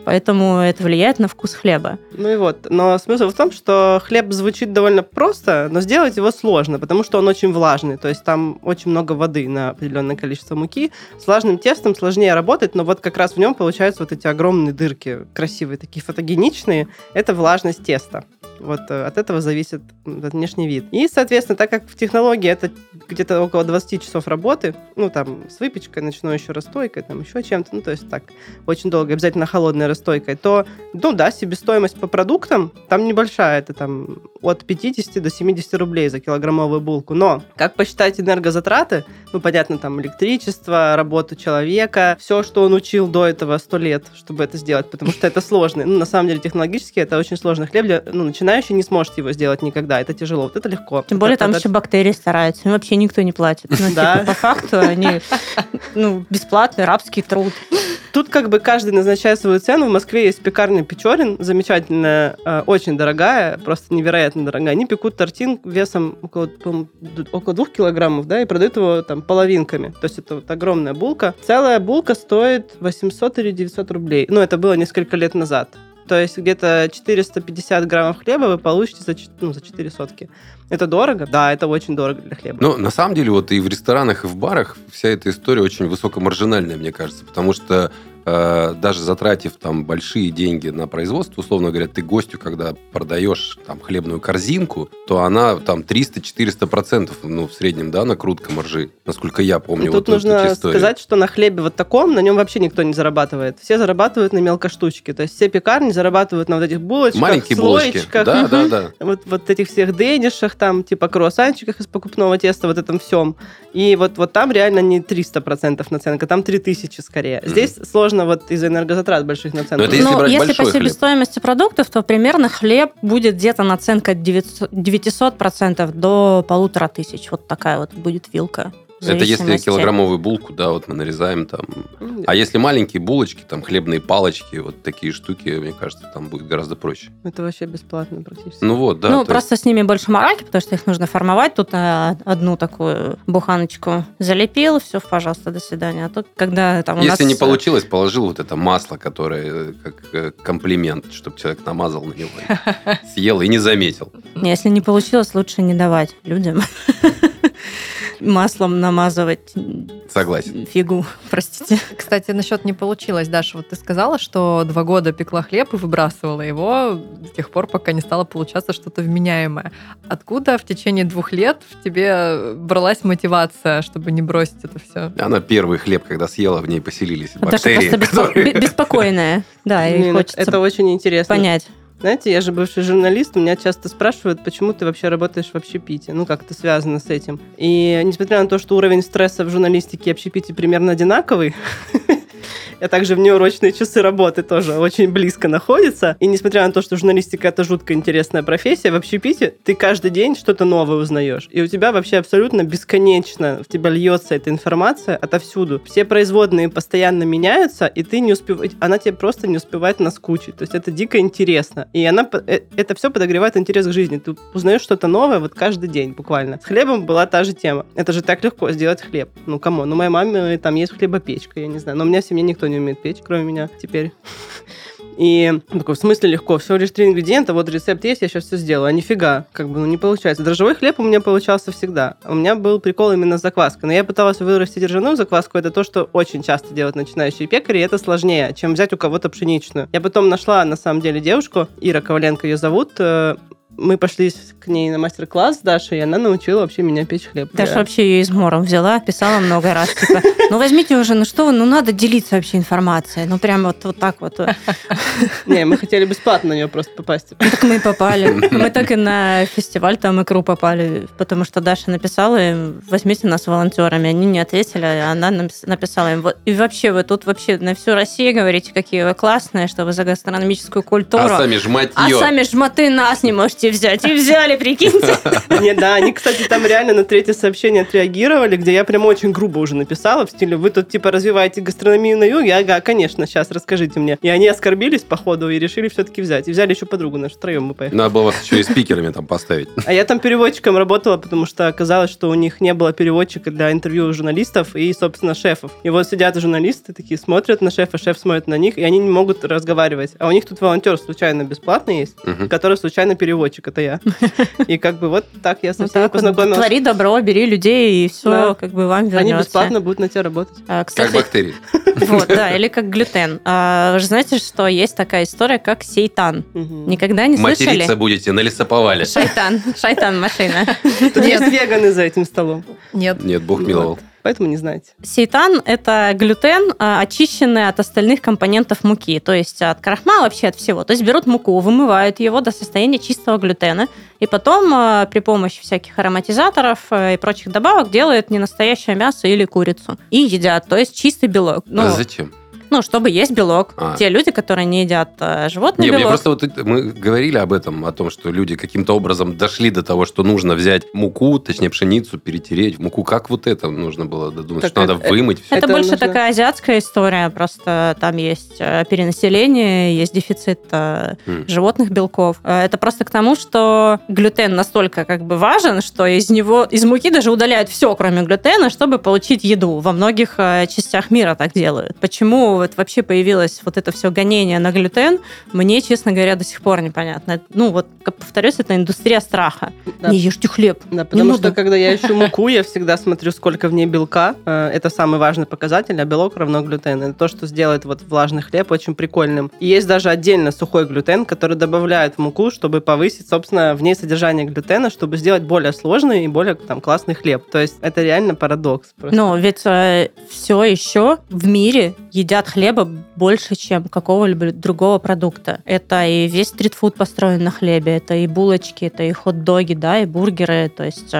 поэтому это влияет на вкус хлеба. Ну и вот. Но смысл в том, что хлеб звучит довольно просто, но сделать его сложно, потому что он очень влажный. То есть там очень много воды на определенное количество муки. С влажным тестом сложнее работать, но вот как раз в нем получаются вот эти огромные дырки, красивые, такие фотогеничные. Это влажность теста. Вот от этого зависит внешний вид. И, соответственно, так как в технологии это где-то около 20 часов работы, ну, там, с выпечкой, ночной еще расстойкой, там, еще чем-то, ну, то есть так, очень долго, обязательно холодной расстойкой, то, ну, да, себестоимость по продуктам там небольшая, это там от 50 до 70 рублей за килограммовую булку. Но, как посчитать энергозатраты, ну, понятно, там, электричество, работу человека, все, что он учил до этого 100 лет, чтобы это сделать, потому что это сложно. Ну, на самом деле, технологически это очень сложный хлеб, ну, начинающий не сможет его сделать никогда, это тяжело, вот это легко. Тем более там еще бактерии стараются, им вообще никто не платит. Ну, типа, по факту они, ну, бесплатный рабский труд. Тут как бы каждый назначает свою цену. В Москве есть пекарня Печорин, замечательная, очень дорогая, просто невероятно дорогая. Они пекут тортин весом около 2 килограммов, да, и продают его там половинками. То есть это вот огромная булка. Целая булка стоит 800 или 900 рублей. Ну, это было несколько лет назад. То есть где-то 450 граммов хлеба вы получите за 4 сотки. Это дорого? Да, это очень дорого для хлеба. Ну, на самом деле, вот и в ресторанах, и в барах вся эта история очень высокомаржинальная, мне кажется, потому что даже затратив там большие деньги на производство, условно говоря, ты гостю, когда продаешь там хлебную корзинку, то она там 300-400%, ну, в среднем, да, накрутка маржи, насколько я помню. Тут вот нужно сказать, что на хлебе вот таком, на нем вообще никто не зарабатывает. Все зарабатывают на мелкоштучке. То есть все пекарни зарабатывают на вот этих булочках, маленькие слоечках, да. Вот этих всех денишах, там, типа круассанчиках из покупного теста, вот этом всем. И вот там реально не 300% наценка, там 3000 скорее. Здесь сложно вот из-за энергозатрат больших наценок. Но если по себестоимости продуктов, то примерно хлеб будет где-то наценка от 900% до 1500. Вот такая вот будет вилка. Это если килограммовую булку, да, вот мы нарезаем там. А если маленькие булочки, там хлебные палочки, вот такие штуки, мне кажется, там будет гораздо проще. Это вообще бесплатно практически. Ну вот, да. Ну, просто с ними больше мороки, потому что их нужно формовать. Тут одну такую буханочку залепил, все, пожалуйста, до свидания. А тут, когда там у Если нас... не получилось, положил вот это масло, которое как комплимент, чтобы человек намазал на него, съел и не заметил. Если не получилось, лучше не давать людям маслом намазывать. Согласен. Фигу, простите. Кстати, насчет не получилось, Даша, вот ты сказала, что 2 года пекла хлеб и выбрасывала его до тех пор, пока не стало получаться что-то вменяемое. Откуда в течение 2 лет в тебе бралась мотивация, чтобы не бросить это все? Она первый хлеб, когда съела, в ней поселились бактерии. Даша просто беспокойная. Да, и хочется это очень интересно. Понять. Знаете, я же бывший журналист, меня часто спрашивают, почему ты вообще работаешь в общепите, ну, как это связано с этим. И несмотря на то, что уровень стресса в журналистике и общепите примерно одинаковый, а также внеурочные часы работы тоже очень близко находятся. И несмотря на то, что журналистика — это жутко интересная профессия, в общепите ты каждый день что-то новое узнаешь. И у тебя вообще абсолютно бесконечно в тебя льется эта информация отовсюду. Все производные постоянно меняются, и ты не успеваешь... Она тебе просто не успевает наскучить. То есть это дико интересно. И это все подогревает интерес к жизни. Ты узнаешь что-то новое вот каждый день буквально. С хлебом была та же тема. Это же так легко сделать хлеб. Ну, камон. Ну, моей маме там есть хлебопечка, я не знаю. Но у меня в семье никто не умеет печь, кроме меня теперь. И такой, в смысле легко? Всего лишь 3 ингредиента, вот рецепт есть, я сейчас все сделаю. А нифига, как бы, ну не получается. Дрожжевой хлеб у меня получался всегда. У меня был прикол именно с закваской. Но я пыталась вырастить ржаную закваску. Это то, что очень часто делают начинающие пекари, и это сложнее, чем взять у кого-то пшеничную. Я потом нашла, на самом деле, девушку, Ира Коваленко ее зовут. Мы пошли к ней на мастер-класс с Дашей, и она научила вообще меня печь хлеб. Даша вообще ее измором взяла, писала много раз, типа, ну возьмите уже, ну что вы, ну надо делиться вообще информацией, ну прям вот так вот. Не, мы хотели бесплатно на нее просто попасть. Так мы и попали. Мы так и на фестиваль там икру попали, потому что Даша написала им, возьмите нас волонтерами, они не ответили, а она написала им, и вообще вы тут вообще на всю Россию говорите, какие вы классные, что вы за гастрономическую культуру. А сами жмать А сами жмоты нас не можете взять. И взяли, прикиньте. Не, да, они, кстати, там реально на 3-е сообщение отреагировали, где я прям очень грубо уже написала в стиле: вы тут типа развиваете гастрономию на юге? Ага, конечно, сейчас расскажите мне. И они оскорбились, походу, и решили все-таки взять. И взяли еще подругу нашу, втроем мы поехали. Надо было вас еще и спикерами там поставить. А я там переводчиком работала, потому что оказалось, что у них не было переводчика для интервью журналистов и, собственно, шефов. И вот сидят журналисты такие, смотрят на шефа, шеф смотрит на них, и они не могут разговаривать. А у них тут волонтер случайно бесплатный есть, который случайно переводчик, это я. И как бы вот так я со всеми познакомилась. Твори добро, бери людей, и все как бы вам вернется. Они бесплатно будут на тебя работать. Как бактерии. Вот, да, или как глютен. Вы же знаете, что есть такая история, как сейтан. Никогда не слышали? Материться будете на лесоповале. Шайтан машина. Тут есть веганы за этим столом. Нет. Нет, Бог миловал. Поэтому не знаете. Сейтан – это глютен, очищенный от остальных компонентов муки, то есть от крахмала, вообще от всего. То есть берут муку, вымывают его до состояния чистого глютена, и потом при помощи всяких ароматизаторов и прочих добавок делают ненастоящее мясо или курицу. И едят, то есть чистый белок. А зачем? Ну, чтобы есть белок. Те люди, которые не едят животный белок. Мне просто вот мы говорили об этом, о том, что люди каким-то образом дошли до того, что нужно взять муку, точнее пшеницу, перетереть в муку. Как вот это нужно было додумать, что надо вымыть все? Это больше такая азиатская история, просто там есть перенаселение, есть дефицит животных белков. Это просто к тому, что глютен настолько как бы важен, что из муки даже удаляют все, кроме глютена, чтобы получить еду. Во многих частях мира так делают. Почему вот вообще появилось вот это все гонение на глютен, мне, честно говоря, до сих пор непонятно. Ну, вот, повторюсь, это индустрия страха. Да. Не ешьте хлеб. Да, потому что, когда я ищу муку, я всегда смотрю, сколько в ней белка. Это самый важный показатель, а белок равно глютен. Это то, что сделает вот влажный хлеб очень прикольным. И есть даже отдельно сухой глютен, который добавляют в муку, чтобы повысить, собственно, в ней содержание глютена, чтобы сделать более сложный и более там классный хлеб. То есть это реально парадокс. Просто. Но ведь все еще в мире едят хлеба больше, чем какого-либо другого продукта. Это и весь стритфуд построен на хлебе, это и булочки, это и хот-доги, да, и бургеры, то есть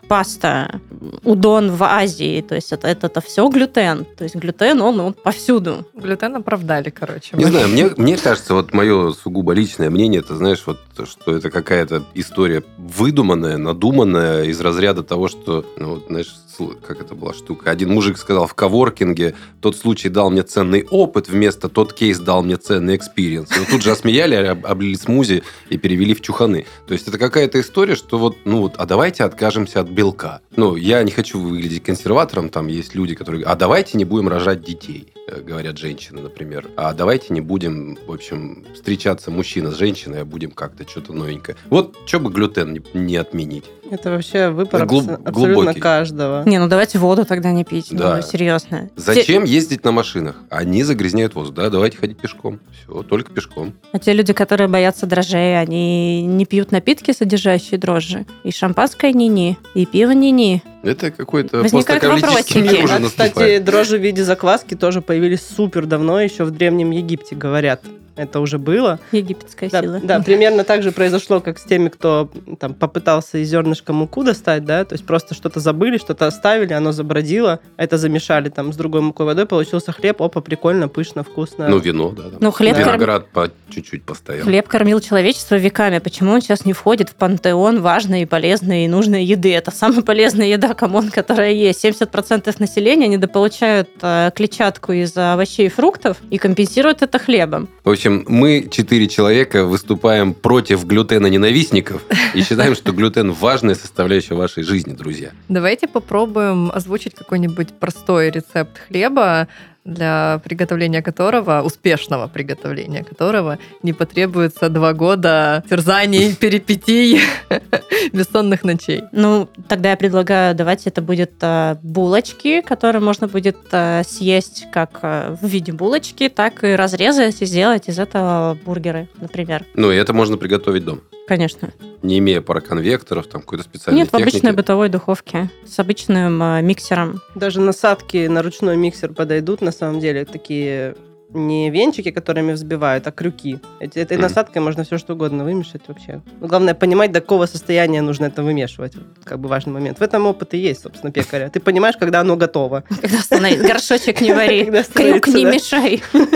паста, удон в Азии, то есть это все глютен. То есть глютен, он повсюду. Глютен оправдали, короче. Не знаю, мне кажется, вот мое сугубо личное мнение, это, знаешь, вот, что это какая-то история выдуманная, надуманная из разряда того, что, ну, вот, знаешь, как это была штука. Один мужик сказал в коворкинге: тот случай дал мне ценный опыт, вместо тот кейс дал мне ценный экспириенс. И вот тут же осмеяли, облили смузи и перевели в чуханы. То есть это какая-то история, что вот, ну вот, а давайте откажемся от белка. Ну, я не хочу выглядеть консерватором, там есть люди, которые... А давайте не будем рожать детей, говорят женщины, например. А давайте не будем, в общем, встречаться мужчина с женщиной, а будем как-то что-то новенькое. Вот, что бы глютен не отменить? Это вообще выбор абсолютно каждого. Не, ну давайте воду тогда не пить. Да. Ну, серьезно. Зачем ездить на машинах? Они загрязняют воздух. Да, давайте ходить пешком. Все, только пешком. А те люди, которые боятся дрожжей, они не пьют напитки, содержащие дрожжи. И шампанское ни-ни, и пиво ни-ни. Это какой-то возникает посткаллический мир уже наступает. Кстати, дрожжи в виде закваски тоже появились супер давно, еще в Древнем Египте, говорят. Это уже было. Египетская сила. Да, примерно так же произошло, как с теми, кто там попытался из зернышка муку достать, да, то есть просто что-то забыли, что-то оставили, оно забродило, это замешали там с другой мукой, водой, получился хлеб, опа, прикольно, пышно, вкусно. Ну, вино, да. Ну, хлеб виноград по чуть-чуть постоял. Хлеб кормил человечество веками. Почему он сейчас не входит в пантеон важной и полезной и нужной еды? Это самая полезная еда, камон, которая есть. 70% населения недополучают клетчатку из овощей и фруктов и компенсируют это хлебом. В общем, мы 4 человека выступаем против глютена-ненавистников и считаем, что глютен – важная составляющая вашей жизни, друзья. Давайте попробуем озвучить какой-нибудь простой рецепт хлеба, для приготовления которого, успешного приготовления которого, не потребуется 2 года терзаний, перипетий, бессонных ночей. Ну, тогда я предлагаю, давайте это будет булочки, которые можно будет съесть как в виде булочки, так и разрезать и сделать из этого бургеры, например. Ну, и это можно приготовить дома. Конечно. Не имея пароконвекторов, там какой-то специальной техники. Нет, в обычной бытовой духовке с обычным миксером. Даже насадки на ручной миксер подойдут, на самом деле, такие не венчики, которыми взбивают, а крюки. Этой насадкой можно все что угодно вымешать вообще. Но главное понимать, до какого состояния нужно это вымешивать. Как бы важный момент. В этом опыт и есть, собственно, пекаря. Ты понимаешь, когда оно готово. Когда становится горшочек не вари, крюк не мешай.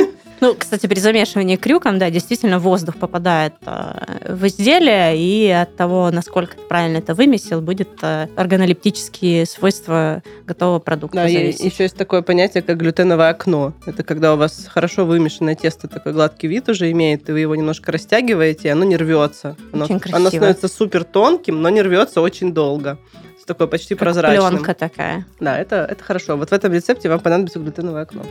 Ну, кстати, при замешивании крюком, да, действительно воздух попадает в изделие, и от того, насколько ты правильно это вымесил, будет органолептические свойства готового продукта Да, и зависеть. еще есть такое понятие, как глютеновое окно. Это когда у вас хорошо вымешанное тесто, такой гладкий вид уже имеет, и вы его немножко растягиваете, и оно не рвется. Очень красиво. Оно становится супер тонким, но не рвется очень долго. Такое почти как прозрачным. пленка такая. Да, это хорошо. Вот в этом рецепте вам понадобится глютеновое окно.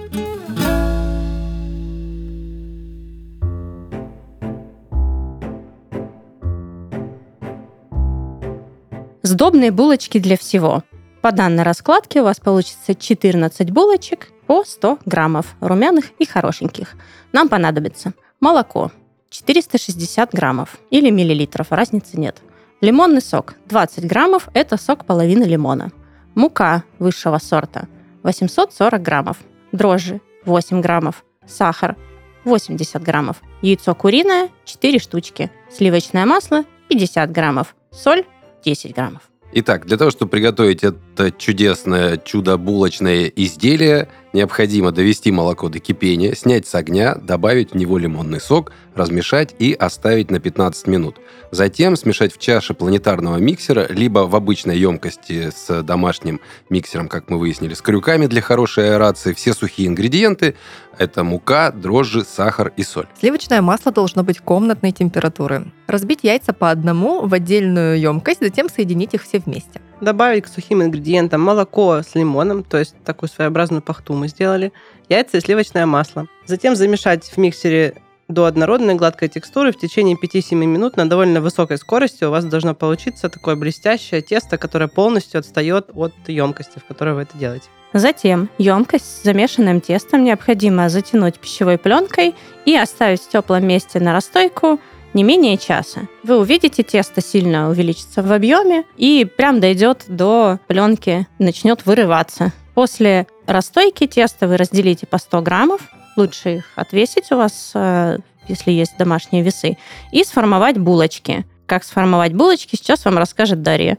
Сдобные булочки для всего. По данной раскладке у вас получится 14 булочек по 100 граммов, румяных и хорошеньких. Нам понадобится молоко 460 граммов или миллилитров, разницы нет. Лимонный сок 20 граммов, это сок половины лимона. Мука высшего сорта 840 граммов. Дрожжи 8 граммов. Сахар 80 граммов. Яйцо куриное 4 штучки. Сливочное масло 50 граммов. Соль 10 граммов. Итак, для того, чтобы приготовить это чудесное чудо-булочное изделие, необходимо довести молоко до кипения, снять с огня, добавить в него лимонный сок, размешать и оставить на 15 минут. Затем смешать в чаше планетарного миксера, либо в обычной емкости с домашним миксером, как мы выяснили, с крюками для хорошей аэрации, все сухие ингредиенты. Это мука, дрожжи, сахар и соль. Сливочное масло должно быть комнатной температуры. Разбить яйца по одному в отдельную емкость, затем соединить их все вместе. Добавить к сухим ингредиентам молоко с лимоном, то есть такую своеобразную пахту мы сделали, яйца и сливочное масло. Затем замешать в миксере до однородной гладкой текстуры в течение 5-7 минут на довольно высокой скорости. У вас должно получиться такое блестящее тесто, которое полностью отстает от емкости, в которой вы это делаете. Затем емкость с замешанным тестом необходимо затянуть пищевой пленкой и оставить в теплом месте на расстойку не менее часа. Вы увидите, тесто сильно увеличится в объеме и прям дойдет до пленки, начнет вырываться. После расстойки теста вы разделите по 100 граммов, лучше их отвесить у вас, если есть домашние весы, и сформовать булочки. Как сформовать булочки, сейчас вам расскажет Дарья.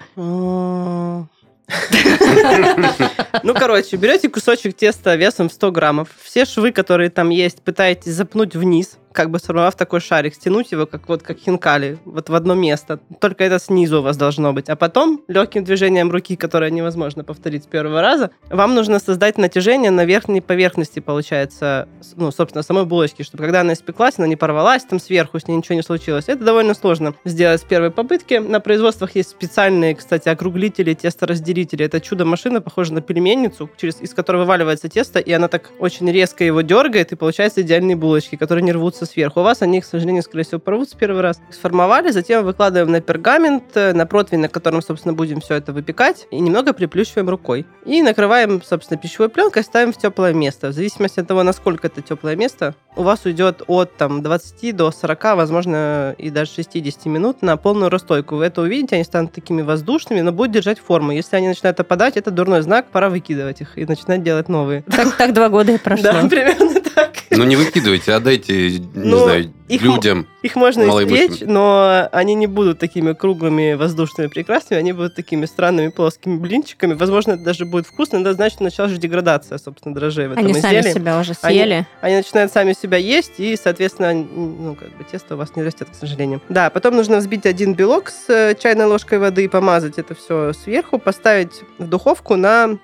Ну, короче, берете кусочек теста весом в 100 граммов. Все швы, которые там есть, пытаетесь запнуть вниз, как бы сформовав такой шарик, стянуть его как хинкали, вот в одно место. Только это снизу у вас должно быть. А потом легким движением руки, которое невозможно повторить с первого раза, вам нужно создать натяжение на верхней поверхности, получается, собственно, самой булочки, чтобы когда она испеклась, она не порвалась там сверху, с ней ничего не случилось. Это довольно сложно сделать с первой попытки. На производствах есть специальные, кстати, округлители, тесторазделители. Это чудо-машина, похожа на пельменницу, из которой вываливается тесто, и она так очень резко его дергает, и получаются идеальные булочки, которые не рвутся сверху. У вас они, к сожалению, скорее всего, порвутся первый раз. Сформовали, затем выкладываем на пергамент, на противень, на котором, собственно, будем все это выпекать, и немного приплющиваем рукой. И накрываем, собственно, пищевой пленкой, ставим в теплое место. В зависимости от того, насколько это теплое место, у вас уйдет от 20 до 40, возможно, и даже 60 минут на полную расстойку. Вы это увидите, они станут такими воздушными, но будут держать форму. Если они начинают опадать, это дурной знак, пора выкидывать их и начинать делать новые. Так 2 года и прошло. Да, примерно так. Ну, не выкидывайте, отдайте, не знаю, людям. Их можно малоимущим. испечь, но они не будут такими круглыми, воздушными, прекрасными, они будут такими странными плоскими блинчиками. Возможно, это даже будет вкусно, это значит, началась же деградация, собственно, дрожжей в этом Они изделии. сами себя уже съели. Они начинают сами себя есть, и, соответственно, тесто у вас не растет, к сожалению. Да, потом нужно взбить 1 белок с чайной ложкой воды, помазать это все сверху, поставить в духовку на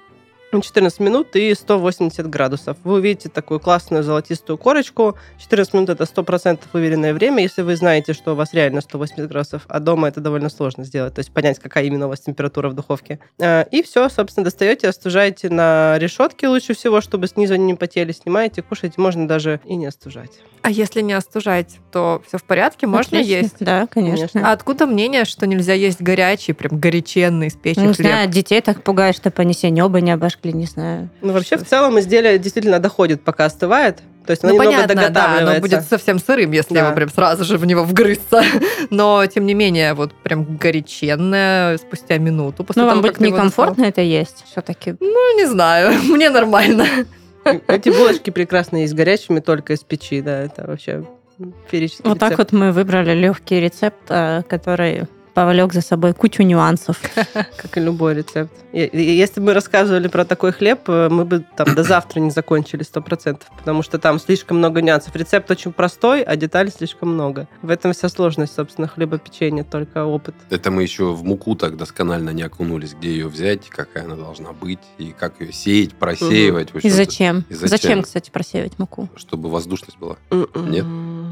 14 минут и 180 градусов. Вы увидите такую классную золотистую корочку. 14 минут – это 100% выверенное время, если вы знаете, что у вас реально 180 градусов, а дома это довольно сложно сделать, то есть понять, какая именно у вас температура в духовке. И все, собственно, достаете, остужаете на решетке лучше всего, чтобы снизу они не потели, снимаете, кушаете, можно даже и не остужать. А если не остужать, то все в порядке, можно Отлично. есть? Да, конечно. А откуда мнение, что нельзя есть горячий, прям горяченный, из печи Не хлеб? знаю, детей так пугают, чтобы они себе небо не обожгли, не знаю. Ну, вообще, в целом, изделие действительно доходит, пока остывает. То есть оно немного понятно, да, доготавливается. оно будет совсем сырым, если Да. его прям сразу же в него вгрызться. Но, тем не менее, вот прям горяченное спустя минуту. После Ну, вам того, будет как ты его некомфортно это есть? Все-таки. достал. Ну, не знаю, мне нормально. Эти булочки прекрасно есть горячими, только из печи, да, это вообще феерический Вот так рецепт. вот мы выбрали легкий рецепт, который повлек за собой кучу нюансов. Как и любой рецепт. Если бы мы рассказывали про такой хлеб, мы бы там до завтра не закончили 100%, потому что там слишком много нюансов. Рецепт очень простой, а деталей слишком много. В этом вся сложность, собственно, хлебопечения, только опыт. Это мы еще в муку так досконально не окунулись, где ее взять, какая она должна быть, и как ее сеять, просеивать. И зачем? Зачем, кстати, просеивать муку? Чтобы воздушность была. Нет?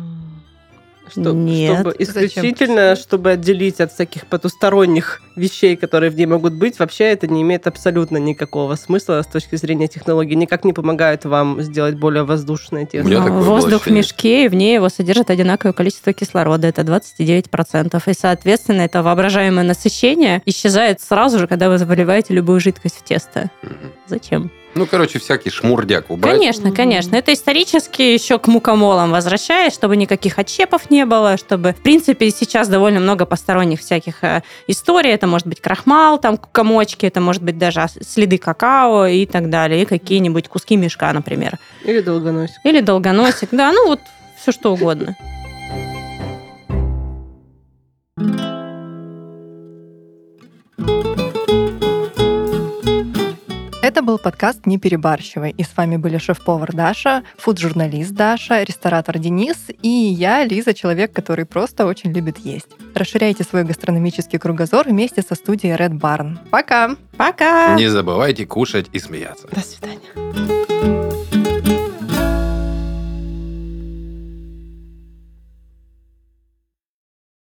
Нет. Чтобы исключительно, чтобы отделить от всяких потусторонних вещей, которые в ней могут быть, вообще это не имеет абсолютно никакого смысла с точки зрения технологий. Никак не помогает вам сделать более воздушное тесто. Воздух в мешке, и в ней его содержит одинаковое количество кислорода, это 29%. И, соответственно, это воображаемое насыщение исчезает сразу же, когда вы выливаете любую жидкость в тесто. Зачем? Ну, короче, всякий шмурдяк убрать. Конечно, конечно. Это исторически еще к мукомолам возвращаясь, чтобы никаких отщепов не было, чтобы, в принципе, сейчас довольно много посторонних всяких историй. Это может быть крахмал, там, комочки, это может быть даже следы какао и так далее, и какие-нибудь куски мешка, например. Или долгоносик. Или долгоносик, да, ну вот все что угодно. Это был подкаст «Не перебарщивай». И с вами были шеф-повар Даша, фуд-журналист Даша, ресторатор Денис и я, Лиза, человек, который просто очень любит есть. Расширяйте свой гастрономический кругозор вместе со студией Red Barn. Пока! Пока! Не забывайте кушать и смеяться. До свидания.